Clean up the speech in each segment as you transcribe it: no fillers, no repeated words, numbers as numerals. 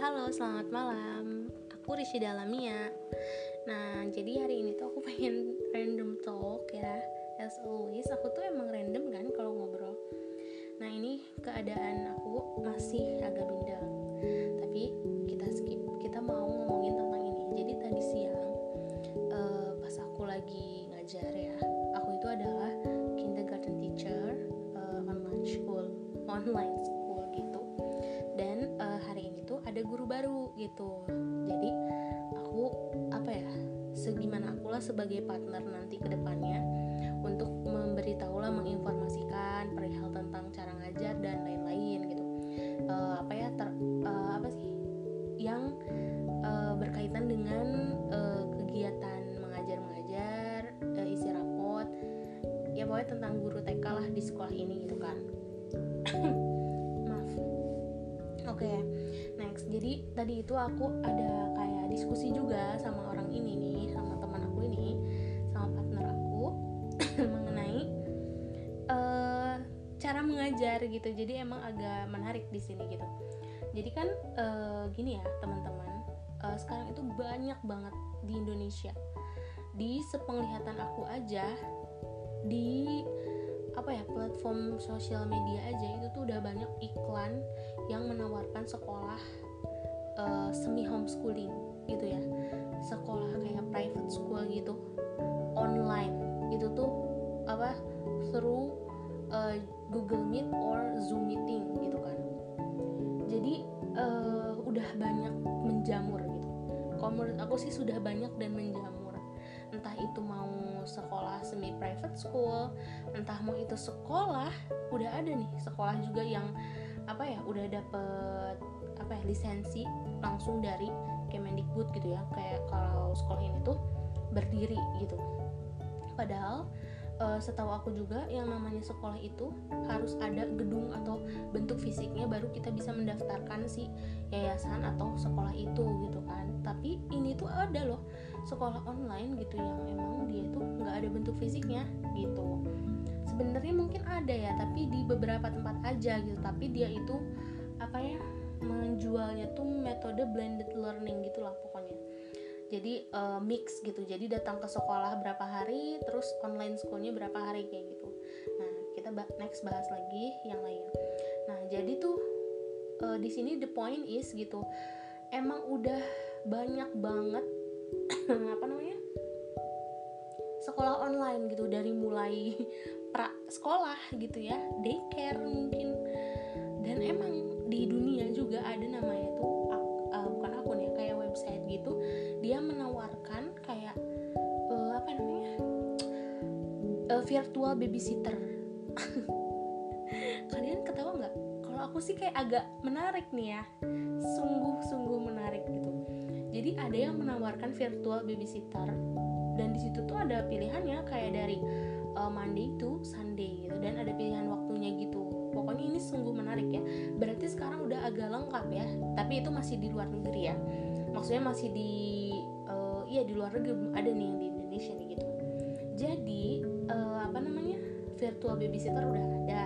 halo, selamat malam. Aku Rishida Lamia. Nah, jadi hari ini tuh aku pengen random talk ya. As always, aku tuh emang random kan kalau ngobrol. Nah, ini keadaan aku masih agak bindeng. Tapi kita skip. Kita mau ngomongin tentang ini. Jadi tadi siang pas aku lagi ngajar ya. Aku itu adalah kindergarten teacher online school gitu. Dan hari ini tuh ada guru baru gitu. Jadi aku segimana akulah sebagai partner nanti ke depannya untuk memberitahulah, menginformasikan perihal tentang cara ngajar dan lain-lain gitu. Yang berkaitan dengan kegiatan mengajar, isi rapot, ya pokoknya tentang guru TK lah di sekolah ini gitu kan. Maaf. Oke. Next, jadi tadi itu aku ada kayak diskusi juga sama orang ini nih, sama teman aku ini, sama partner aku mengenai cara mengajar gitu. Jadi emang agak menarik di sini gitu. Jadi kan gini ya teman-teman, sekarang itu banyak banget di Indonesia. Di sepenglihatan aku aja di platform sosial media aja itu tuh udah banyak iklan yang menawarkan sekolah semi homeschooling gitu ya, sekolah kayak private school gitu online, itu tuh through Google Meet or Zoom meeting gitu kan. Jadi udah banyak menjamur gitu. Kalau menurut aku sih sudah banyak dan menjamur. Entah itu mau sekolah semi private school, entah mau itu sekolah, udah ada nih sekolah juga yang udah dapet lisensi langsung dari Kemendikbud gitu ya, kayak kalau sekolah ini tuh berdiri gitu. Padahal setahu aku juga yang namanya sekolah itu harus ada gedung atau bentuk fisiknya baru kita bisa mendaftarkan si yayasan atau sekolah itu gitu kan. Tapi ini tuh ada loh sekolah online gitu yang emang dia tuh nggak ada bentuk fisiknya gitu. Sebenarnya mungkin ada ya, tapi di beberapa tempat aja gitu. Tapi dia itu menjualnya tuh metode blended learning gitulah pokoknya. Jadi mix gitu. Jadi datang ke sekolah berapa hari, terus online schoolnya berapa hari kayak gitu. Nah, kita next bahas lagi yang lain. Nah, jadi tuh di sini the point is gitu. Emang udah banyak banget sekolah online gitu, dari mulai pra sekolah gitu ya, daycare mungkin. Dan emang di dunia juga ada namanya tuh bukan akun ya, kayak website gitu, dia menawarkan kayak virtual babysitter. Kalian ketawa nggak? Kalau aku sih kayak agak menarik nih ya, sungguh menarik gitu. Jadi ada yang menawarkan virtual babysitter, dan di situ tuh ada pilihannya kayak dari Monday to Sunday gitu, dan ada pilihan waktunya gitu. Pokoknya ini sungguh menarik ya. Berarti sekarang udah agak lengkap ya. Tapi itu masih di luar negeri ya. Maksudnya masih di di luar negeri, belum ada nih yang di Indonesia nih gitu. Jadi virtual babysitter udah ada.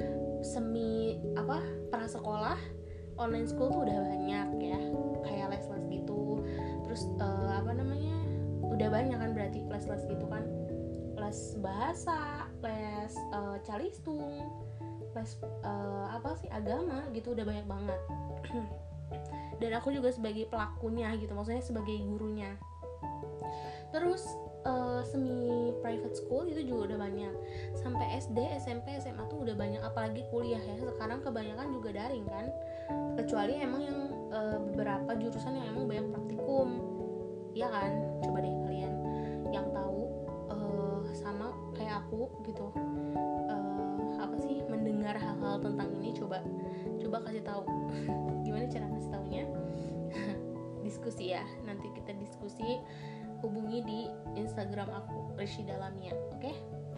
Prasekolah online school tuh udah banyak ya. Kayak les-les gitu. Terus udah banyak kan berarti les-les gitu kan. Les bahasa, les calistung, les agama gitu, udah banyak banget. Dan aku juga sebagai pelakunya gitu, maksudnya sebagai gurunya. Terus semi private school itu juga udah banyak, sampai SD, SMP, SMA tuh udah banyak, apalagi kuliah ya. Sekarang kebanyakan juga daring kan, kecuali emang yang beberapa jurusan yang emang banyak praktikum, ya kan. Coba deh kalian yang tahu sama kayak aku gitu, mendengar hal-hal tentang ini, coba kasih tahu. Gimana cara kasih taunya? Diskusi ya, nanti kita diskusi. Hubungi di Instagram aku Rishida Lamia, oke?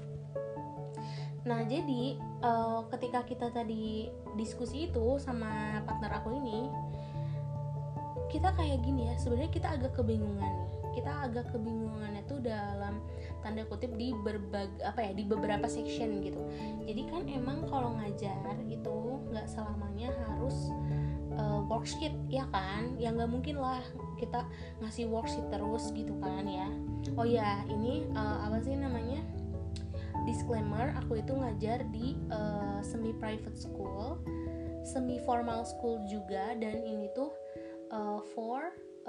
Nah, jadi ketika kita tadi diskusi itu sama partner aku ini, kita kayak gini ya, sebenarnya kita agak kebingungannya tuh dalam tanda kutip di beberapa section gitu. Jadi kan emang kalau ngajar itu nggak selamanya harus worksheet ya kan, ya nggak mungkin lah kita ngasih worksheet terus gitu kan ya. Oh ya, ini apa sih namanya, disclaimer, aku itu ngajar di semi private school, semi formal school juga, dan ini tuh for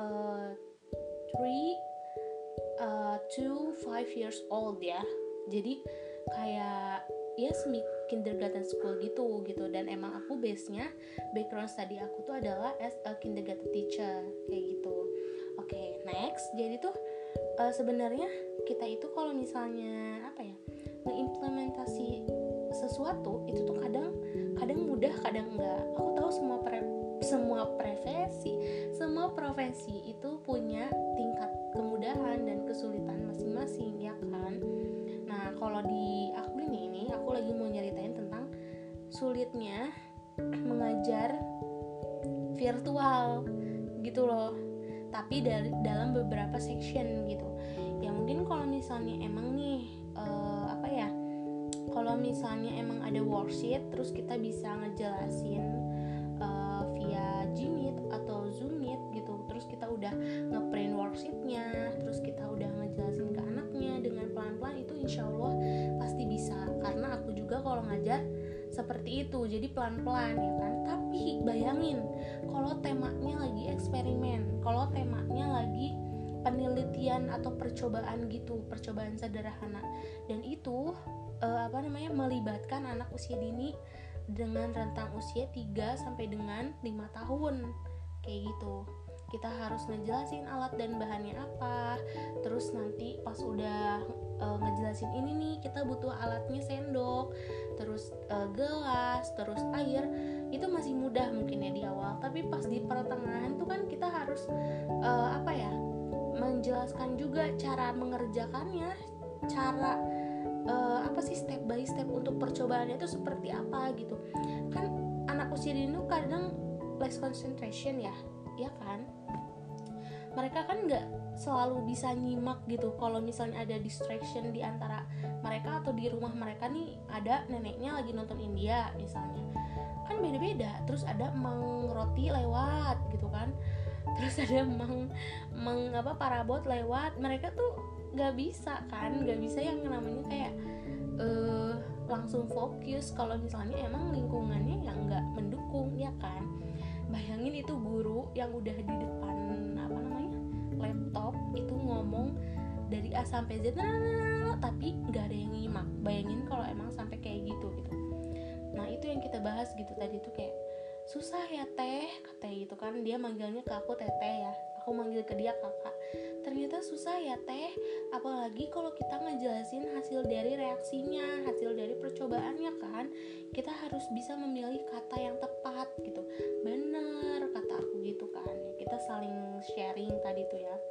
3 to 5 years old ya. Jadi kayak ya semi kindergarten school gitu, dan emang aku base-nya, background study aku tuh adalah as a kindergarten teacher kayak gitu. Oke, next. Jadi tuh sebenarnya kita itu kalau misalnya apa ya, ngeimplementasi sesuatu itu tuh kadang mudah, kadang enggak. Aku tahu semua profesi itu punya tingkat kemudahan dan kesulitan masing-masing ya kan. Nah, kalau di aku ini aku lagi mau nyeritain tentang sulitnya mengajar virtual gitu loh. Tapi dalam beberapa section gitu. Ya mungkin kalau misalnya emang nih kalau misalnya emang ada worksheet terus kita bisa ngejelasin via Gmeet atau Zoom Meet gitu, terus kita udah ngeprint worksheetnya, terus kita udah ngejelasin ke anaknya dengan pelan-pelan, itu insya Allah pasti bisa, karena aku juga kalau ngajar seperti itu, jadi pelan-pelan ya kan. Tapi bayangin kalau temanya lagi eksperimen, kalau temanya lagi penelitian atau percobaan gitu, percobaan sederhana, dan itu melibatkan anak usia dini dengan rentang usia 3 sampai dengan 5 tahun kayak gitu. Kita harus ngejelasin alat dan bahannya apa, terus nanti pas udah ngejelasin ini nih kita butuh alatnya sendok, terus gelas, terus air, itu masih mudah mungkin ya di awal. Tapi pas di pertengahan tuh kan kita harus menjelaskan juga cara mengerjakannya, cara step by step untuk percobaannya itu seperti apa gitu kan. Anak usia dini tuh kadang less concentration ya kan, mereka kan nggak selalu bisa nyimak gitu. Kalau misalnya ada distraction di antara mereka atau di rumah mereka nih, ada neneknya lagi nonton India misalnya, kan beda-beda, terus ada emang roti lewat gitu kan, terus ada emang parabot lewat, mereka tuh nggak bisa yang namanya kayak langsung fokus kalau misalnya emang lingkungannya yang nggak mendukung ya kan. Bayangin itu guru yang udah di depan laptop itu ngomong dari A sampai Z tapi nggak ada yang nyimak. Bayangin kalau emang sampai kayak gitu. Nah itu yang kita bahas gitu tadi tuh, kayak susah ya teh katanya gitu kan, dia manggilnya ke aku teteh ya, aku manggil ke dia kakak. Ternyata susah ya teh, apalagi kalau kita ngejelasin hasil dari reaksinya, hasil dari percobaannya kan. Kita harus bisa memilih kata yang tepat gitu. Bener kata aku gitu kan. Kita saling sharing tadi tuh ya.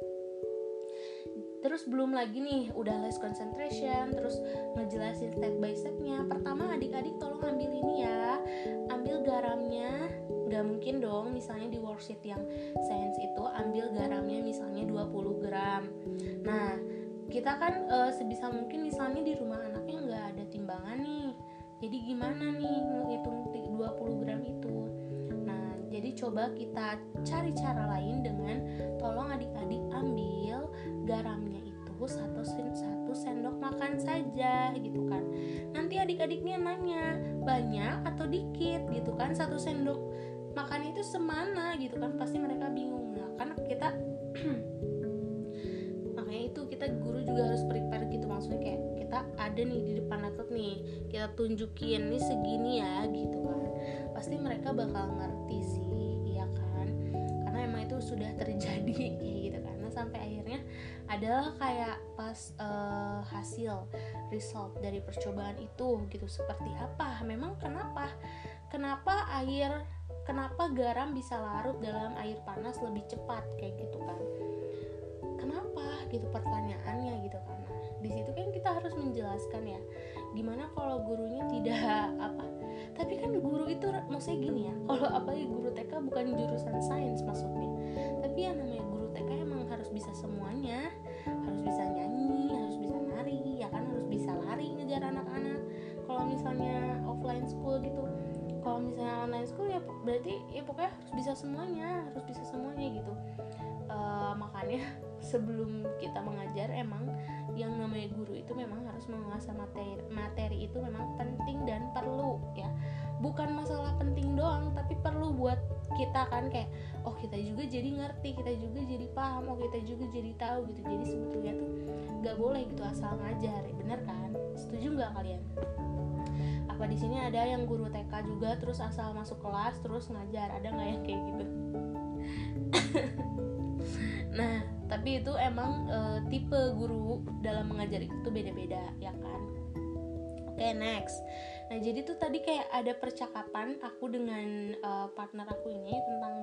Terus belum lagi nih udah less concentration, terus ngejelasin step by stepnya. Pertama adik-adik tolong ambil ini ya, ambil garamnya. Gak mungkin dong misalnya di worksheet yang science itu ambil garamnya misalnya 20 gram. Nah kita kan sebisa mungkin misalnya di rumah anaknya gak ada timbangan nih, jadi gimana nih ngitung 20 gram itu. Nah jadi coba kita cari cara lain dengan tolong adik-adik ambil garamnya itu satu sendok makan saja gitu kan. Nanti adik-adiknya nanya banyak atau dikit gitu kan, satu sendok makan itu semana gitu kan, pasti mereka bingung. Nah karena kita makanya itu kita guru juga harus prepare gitu, maksudnya kayak kita ada nih di depan laptop nih, kita tunjukin nih segini ya gitu kan, pasti mereka bakal ngerti sih ya kan, karena emang itu sudah terjadi kayak gitu kan. Nah sampai akhirnya adalah kayak pas hasil result dari percobaan itu gitu seperti apa, memang kenapa garam bisa larut dalam air panas lebih cepat kayak gitu kan, kenapa gitu pertanyaannya gitu kan. Nah, di situ kan kita harus menjelaskan ya, gimana kalau gurunya tidak tapi kan guru itu maksudnya gini ya, kalau apalagi guru TK bukan jurusan sains maksudnya, tapi yang namanya guru TK emang harus bisa semuanya, harus bisa nyanyi, harus bisa nari ya kan, harus bisa lari ngejar anak-anak. Kalau misalnya offline school gitu kalau misalnya online school ya berarti ya pokoknya harus bisa semuanya gitu. Makanya sebelum kita mengajar emang yang namanya guru itu memang harus menguasai materi itu memang penting dan perlu ya, bukan masalah penting doang tapi perlu buat kita kan, kayak oh kita juga jadi ngerti, kita juga jadi paham, oh kita juga jadi tahu gitu. Jadi sebetulnya tuh nggak boleh gitu asal ngajar, bener kan? Setuju nggak kalian? Apa di sini ada yang guru TK juga terus asal masuk kelas terus ngajar, ada nggak yang kayak gitu? Nah tapi itu emang tipe guru dalam mengajar itu beda-beda ya kan. Oke, next. Nah jadi tuh tadi kayak ada percakapan aku dengan partner aku ini tentang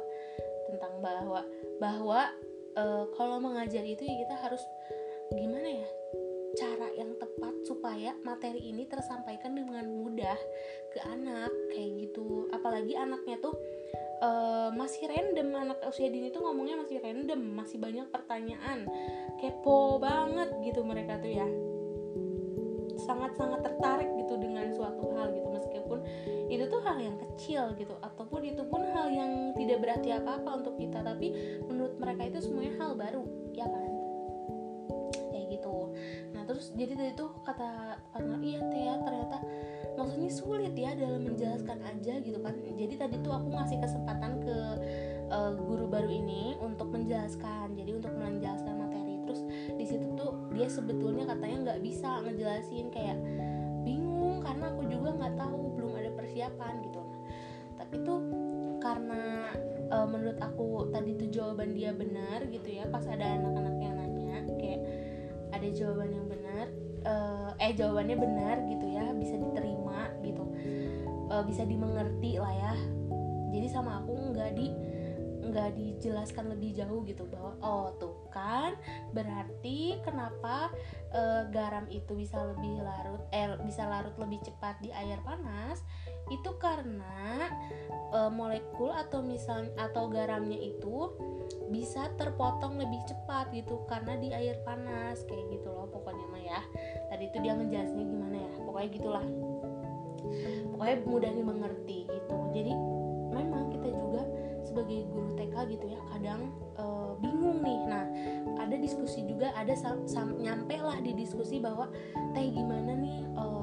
bahwa kalau mengajar itu ya kita harus gimana ya, cara yang tepat supaya materi ini tersampaikan dengan mudah ke anak kayak gitu. Apalagi anaknya tuh masih random, anak usia dini tuh ngomongnya masih random, masih banyak pertanyaan, kepo banget gitu mereka tuh ya, sangat-sangat tertarik gitu dengan suatu hal gitu, meskipun itu tuh hal yang kecil gitu, ataupun itu pun hal yang tidak berarti apa-apa untuk kita, tapi menurut mereka itu semuanya hal baru ya kan, kayak gitu. Nah terus jadi tadi tuh kata partner, iya teh ya ternyata maksudnya sulit ya dalam menjelaskan aja gitu kan. Jadi tadi tuh aku ngasih kesempatan ke guru baru ini untuk menjelaskan, jadi untuk menjelaskan materi. Terus di situ tuh dia sebetulnya katanya nggak bisa ngejelasin, kayak bingung karena aku juga nggak tahu, belum ada persiapan gitu. Nah tapi tuh karena menurut aku tadi tuh jawaban dia benar gitu ya, pas ada anak-anak yang nanya kayak ada jawaban yang benar, jawabannya benar gitu ya, bisa diterima gitu, bisa dimengerti lah ya. Jadi sama aku nggak dijelaskan lebih jauh gitu, bahwa oh tuh kan berarti kenapa garam itu bisa larut lebih cepat di air panas, itu karena molekul atau garamnya itu bisa terpotong lebih cepat gitu karena di air panas, kayak gitu loh pokoknya mah ya. Tadi itu dia ngejelasinnya gimana ya, pokoknya gitulah, pokoknya mudah dimengerti gitu. Jadi memang kita juga sebagai guru TK gitu ya kadang bingung nih. Nah ada diskusi juga, ada nyampe lah di diskusi bahwa teh gimana nih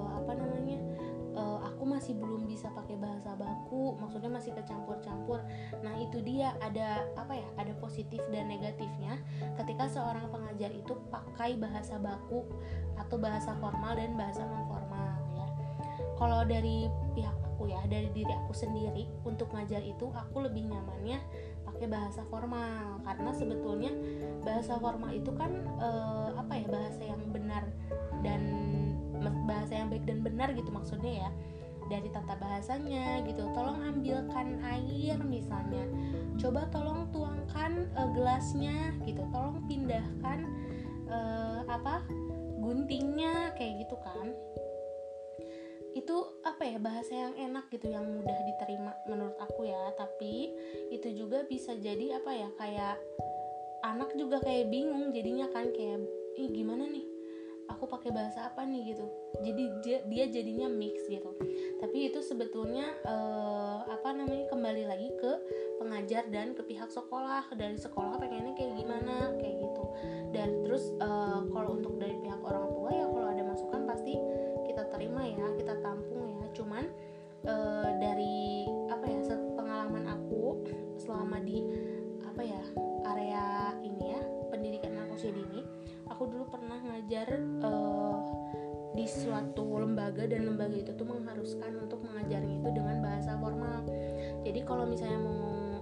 aku masih belum bisa pakai bahasa baku, maksudnya masih kecampur-campur. Nah itu dia, ada ada positif dan negatifnya ketika seorang pengajar itu pakai bahasa baku atau bahasa formal dan bahasa non formal ya. Kalau dari pihak aku ya, dari diri aku sendiri untuk ngajar itu aku lebih nyamannya pakai bahasa formal, karena sebetulnya bahasa formal itu kan bahasa yang benar dan bahasa yang baik dan benar gitu maksudnya ya, dari tata bahasanya gitu. Tolong ambilkan air misalnya, coba tolong tuangkan gelasnya gitu, tolong pindahkan guntingnya, kayak gitu kan. Itu bahasa yang enak gitu, yang mudah diterima menurut aku ya. Tapi itu juga bisa jadi kayak anak juga kayak bingung jadinya kan, kayak gimana nih aku pakai bahasa apa nih gitu. Jadi dia jadinya mix gitu. Tapi itu sebetulnya kembali lagi ke pengajar dan ke pihak sekolah. Dari sekolah pengennya kayak gimana, kayak gitu. Dan terus kalau untuk dari pihak orang tua ya, kalau ada masukan pasti kita terima ya, kita tampung ya. Cuman dari pengalaman aku selama di area ini ya, pendidikan anak usia dini, aku dulu pernah ngajar di suatu lembaga, dan lembaga itu tuh mengharuskan untuk mengajarnya itu dengan bahasa formal. Jadi kalau misalnya mau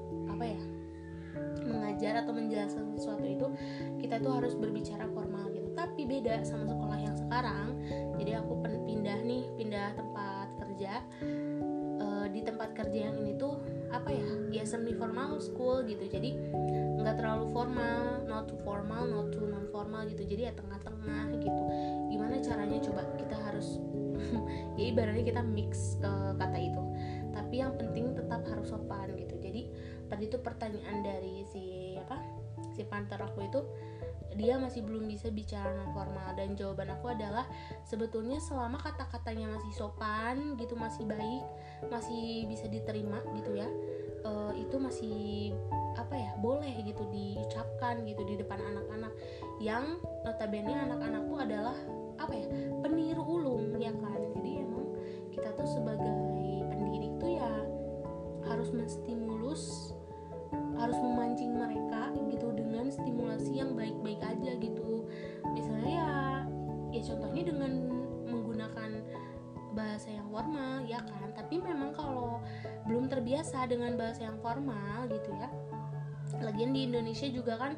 mengajar atau menjelaskan sesuatu itu, kita tuh harus berbicara formal gitu. Tapi beda sama sekolah yang sekarang. Jadi aku pindah tempat kerja. Di tempat kerja yang ini tuh ya semi formal school gitu. Jadi nggak terlalu formal, not too formal, not too non formal gitu. Jadi ya tengah-tengah gitu. Gimana caranya, coba kita harus ya ibaratnya kita mix kata itu, tapi yang penting tetap harus sopan gitu. Jadi tadi tuh pertanyaan dari si partner aku itu, dia masih belum bisa bicara non formal. Dan jawaban aku adalah sebetulnya selama kata-katanya masih sopan gitu, masih baik, masih bisa diterima gitu ya, itu masih apa ya, boleh gitu diucapkan gitu di depan anak-anak yang notabene anak-anak tuh adalah apa ya, peniru ulung ya kan. Jadi emang kita tuh sebagai pendidik tuh ya harus menstimulus, harus memancing mereka gitu dengan stimulasi yang baik-baik aja gitu. Misalnya ya contohnya dengan menggunakan bahasa yang formal ya kan. Tapi memang kalau belum terbiasa dengan bahasa yang formal gitu ya, lagian di Indonesia juga kan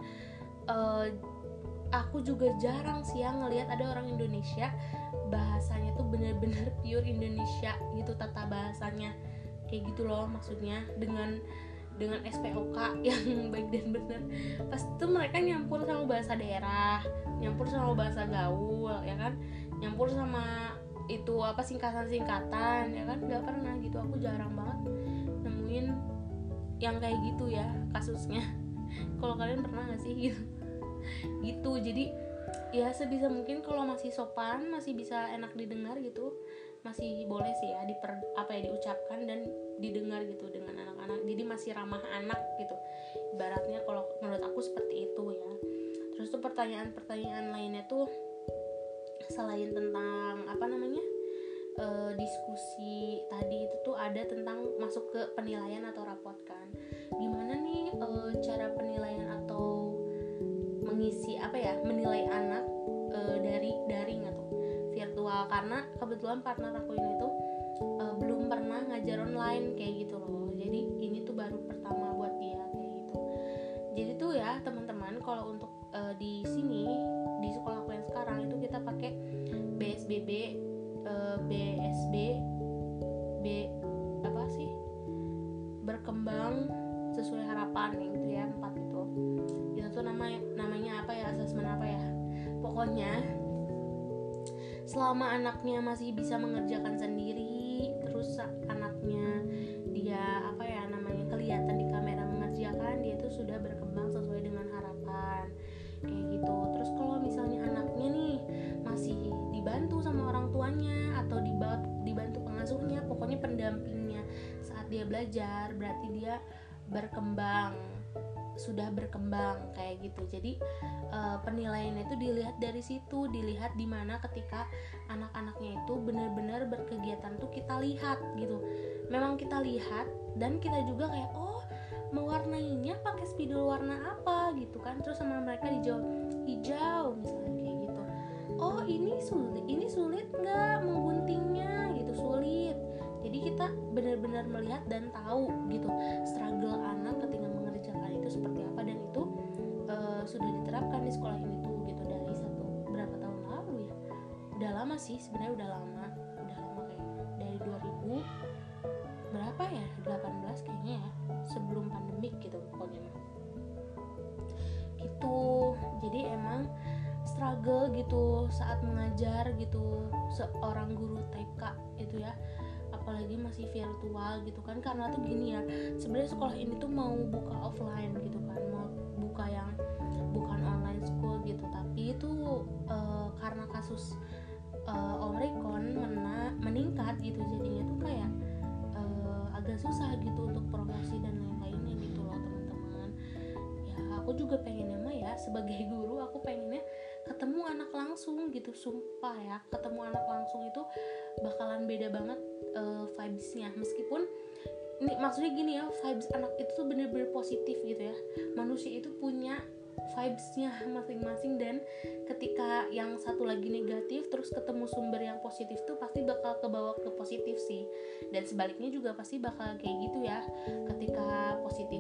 aku juga jarang sih ya ngelihat ada orang Indonesia bahasanya tuh bener-bener pure Indonesia gitu, tata bahasanya kayak gitu loh, maksudnya dengan SPOK yang baik dan benar. Pas itu mereka nyampur sama bahasa daerah, nyampur sama bahasa gaul ya kan, nyampur sama itu apa singkatan-singkatan ya kan. Gak pernah gitu, aku jarang banget nemuin yang kayak gitu ya kasusnya. Kalau kalian pernah gak sih gitu? Gitu. Jadi ya sebisa mungkin kalau masih sopan, masih bisa enak didengar gitu, masih boleh sih ya diucapkan dan didengar gitu dengan anak-anak. Jadi masih ramah anak gitu ibaratnya, kalau menurut aku seperti itu ya. Terus tuh pertanyaan lainnya tuh selain tentang diskusi tadi itu tuh ada tentang masuk ke penilaian atau rapot kan. Gimana nih cara penilaian atau mengisi menilai anak dari daring atau virtual, karena kebetulan partner aku ini tuh belum pernah ngajar online kayak gitu loh. Jadi ini tuh baru pertama buat dia kayak gitu. Jadi tuh ya teman-teman, kalau untuk di sini di sekolah aku yang sekarang itu kita pakai BSBB, BSB, berkembang sesuai harapan gitu ya, 4 itu. Itu tuh namanya apa ya, asesmen apa ya. Pokoknya selama anaknya masih bisa mengerjakan sendiri, terus anaknya dia kelihatan di kamera mengerjakan, dia tuh sudah berkembang sesuai dengan harapan kayak gitu. Terus kalau misalnya anaknya nih masih dibantu sama orang tuanya atau dibantu pengasuhnya, pokoknya pendampingnya saat dia belajar, berarti dia sudah berkembang kayak gitu. Jadi penilaiannya itu dilihat dari situ, dilihat di mana ketika anak-anaknya itu benar-benar berkegiatan tuh kita lihat gitu. Memang kita lihat dan kita juga kayak mewarnainya pakai spidol warna apa gitu kan. Terus sama mereka dijawab hijau misalnya kayak gitu. Ini sulit nggak mengguntingnya gitu, sulit. Jadi kita benar-benar melihat dan tahu gitu struggle anak ketika mengerjakan itu seperti apa, dan itu sudah diterapkan di sekolah ini tuh gitu dari berapa tahun lalu ya. Udah lama sih sebenarnya, udah lama kayaknya dari 2000 berapa ya, 18 kayaknya ya, sebelum pandemik gitu pokoknya gitu. Jadi emang struggle gitu saat mengajar gitu seorang guru TK itu ya, apalagi masih virtual gitu kan. Karena tuh gini ya, sebenarnya sekolah ini tuh mau buka offline gitu kan, mau buka yang bukan online school gitu, tapi itu karena kasus Omicron meningkat gitu, jadinya tuh kayak agak susah gitu untuk promosi dan lain-lainnya gitu loh teman-teman. Ya aku juga pengennya sebagai guru aku pengennya ketemu anak langsung gitu, sumpah ya, ketemu anak langsung itu bakalan beda banget vibes-nya. Meskipun ini maksudnya gini ya, vibes anak itu tuh bener-bener positif gitu ya. Manusia itu punya vibes-nya masing-masing, dan ketika yang satu lagi negatif terus ketemu sumber yang positif tuh pasti bakal kebawa ke positif sih. Dan sebaliknya juga pasti bakal kayak gitu ya. Ketika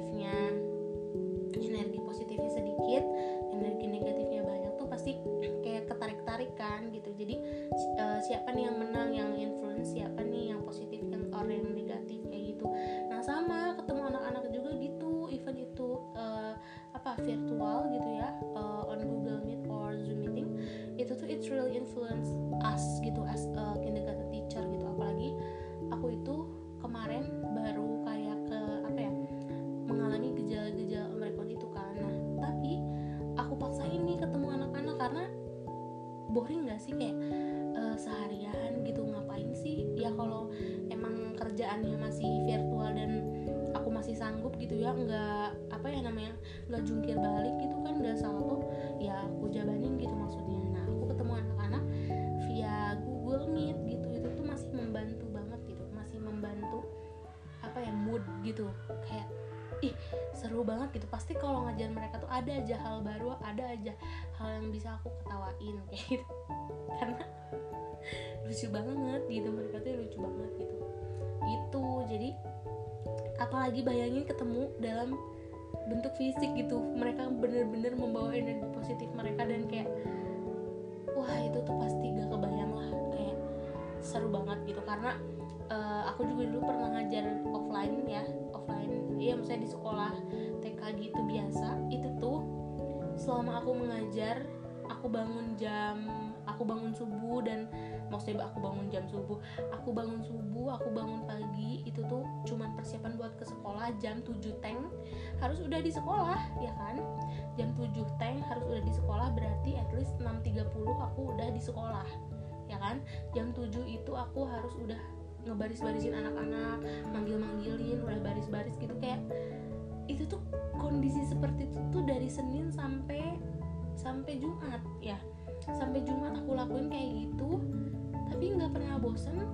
energi positifnya sedikit, energi negatifnya banyak tuh pasti kayak ketarik-tarikan gitu. Jadi siapa nih yang menang, yang influence siapa nih, yang positif yang negatif kayak gitu. Nah sama ketemu anak-anak juga gitu, event itu virtual gitu ya, on Google Meet or Zoom meeting, itu tuh it really influence us gitu as a kindergarten teacher gitu. Apalagi aku itu kemarin baru kayak mengalami gejala-gejala Omicron itu kan. Nah tapi aku paksain nih ketemu keadaannya masih virtual dan aku masih sanggup gitu ya, nggak nggak jungkir balik gitu kan, nggak salto, ya aku jabanin gitu maksudnya. Nah aku ketemu anak-anak via Google Meet gitu, itu tuh masih membantu banget gitu, masih membantu mood gitu, kayak seru banget gitu. Pasti kalau ngajar mereka tuh ada aja hal baru, ada aja hal yang bisa aku ketawain kayak gitu karena lucu banget gitu, mereka tuh lucu banget gitu. Jadi apalagi bayangin ketemu dalam bentuk fisik gitu, mereka bener-bener membawa energi positif mereka, dan kayak wah itu tuh pasti gak kebayang lah, kayak seru banget gitu. Karena aku juga dulu pernah ngajar offline, ya misalnya di sekolah TK gitu biasa. Itu tuh selama aku mengajar, aku bangun subuh, dan maksudnya aku bangun subuh, aku bangun pagi, itu tuh cuman persiapan buat ke sekolah. Jam 7 teng harus udah di sekolah ya kan, jam 7 teng harus udah di sekolah, berarti at least 6.30 aku udah di sekolah ya kan. Jam 7 itu aku harus udah ngebaris-barisin anak-anak, manggil-manggilin, udah baris-baris gitu. Kayak itu tuh kondisi seperti itu tuh dari Senin sampai Jumat ya, sampai Jumat aku lakuin kayak gitu, tapi nggak pernah bosan.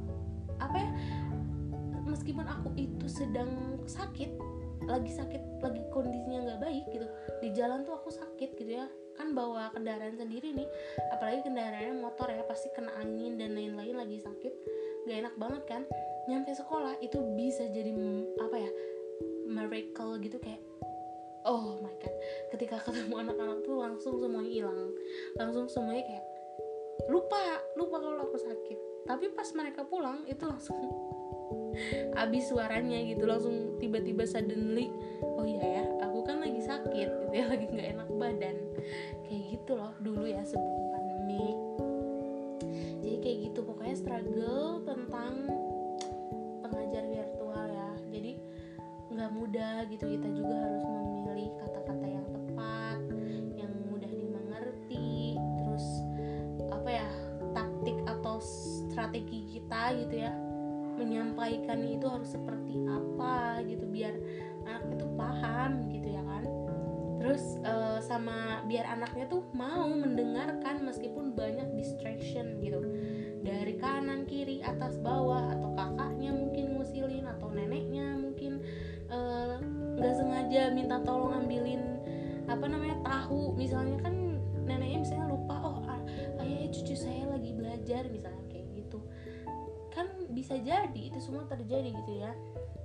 Meskipun aku itu sedang lagi kondisinya nggak baik gitu, di jalan tuh aku sakit gitu ya kan, bawa kendaraan sendiri nih, apalagi kendaraannya motor ya, pasti kena angin dan lain-lain, lagi sakit, gak enak banget kan. Nyampe sekolah itu bisa jadi miracle gitu, kayak oh my god, ketika ketemu anak-anak tuh langsung semuanya hilang, langsung semuanya kayak lupa kalau aku sakit. Tapi pas mereka pulang itu langsung abis suaranya gitu, langsung tiba-tiba suddenly oh iya ya, aku kan lagi sakit gitu ya, lagi nggak enak badan, kayak gitu loh dulu ya sebelum pandemi. Jadi kayak gitu pokoknya struggle tentang pengajar virtual ya. Jadi nggak mudah gitu, kita juga harus memilih kata-kata yang tepat, yang mudah dimengerti, terus taktik atau strategi kita gitu ya, menyampaikan itu harus seperti apa gitu biar anak itu paham gitu ya kan. Terus sama biar anaknya tuh mau mendengarkan meskipun banyak distraction gitu, dari kanan kiri atas bawah, atau kakaknya mungkin ngusilin, atau neneknya mungkin nggak sengaja minta tolong ambilin tahu misalnya kan, neneknya misalnya lupa, ayah cucu saya lagi belajar misalnya, kayak gitu kan bisa jadi itu semua terjadi gitu ya.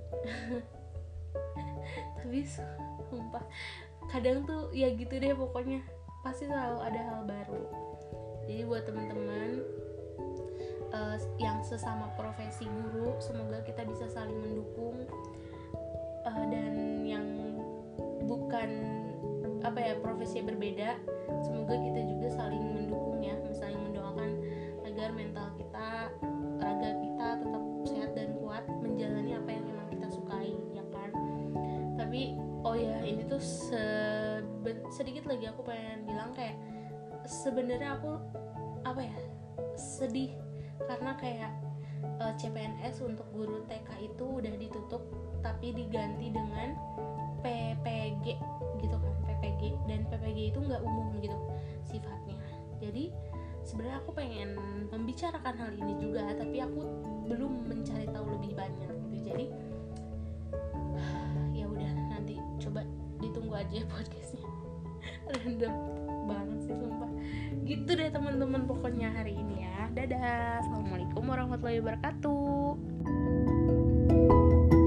Tapi sumpah kadang tuh ya gitu deh, pokoknya pasti selalu ada hal baru. Jadi buat teman-teman yang sesama profesi guru, semoga kita bisa saling mendukung, dan yang bukan profesinya berbeda, semoga kita juga saling mendukung ya, saling mendoakan agar mental kita, raga kita tetap sehat dan kuat menjalani apa yang memang kita sukai ya kan. Tapi ini tuh sedikit lagi aku pengen bilang, kayak sebenarnya aku sedih karena kayak CPNS untuk guru TK itu udah ditutup, tapi diganti dengan PPG gitu kan, PPG, dan PPG itu nggak umum gitu sifatnya. Jadi sebenarnya aku pengen membicarakan hal ini juga, tapi aku belum mencari tahu lebih banyak gitu. Jadi ya udah, nanti coba ditunggu aja podcastnya. Random banget sih sumpah. Gitu deh teman-teman pokoknya hari ini ya. Dadah, assalamualaikum warahmatullahi wabarakatuh.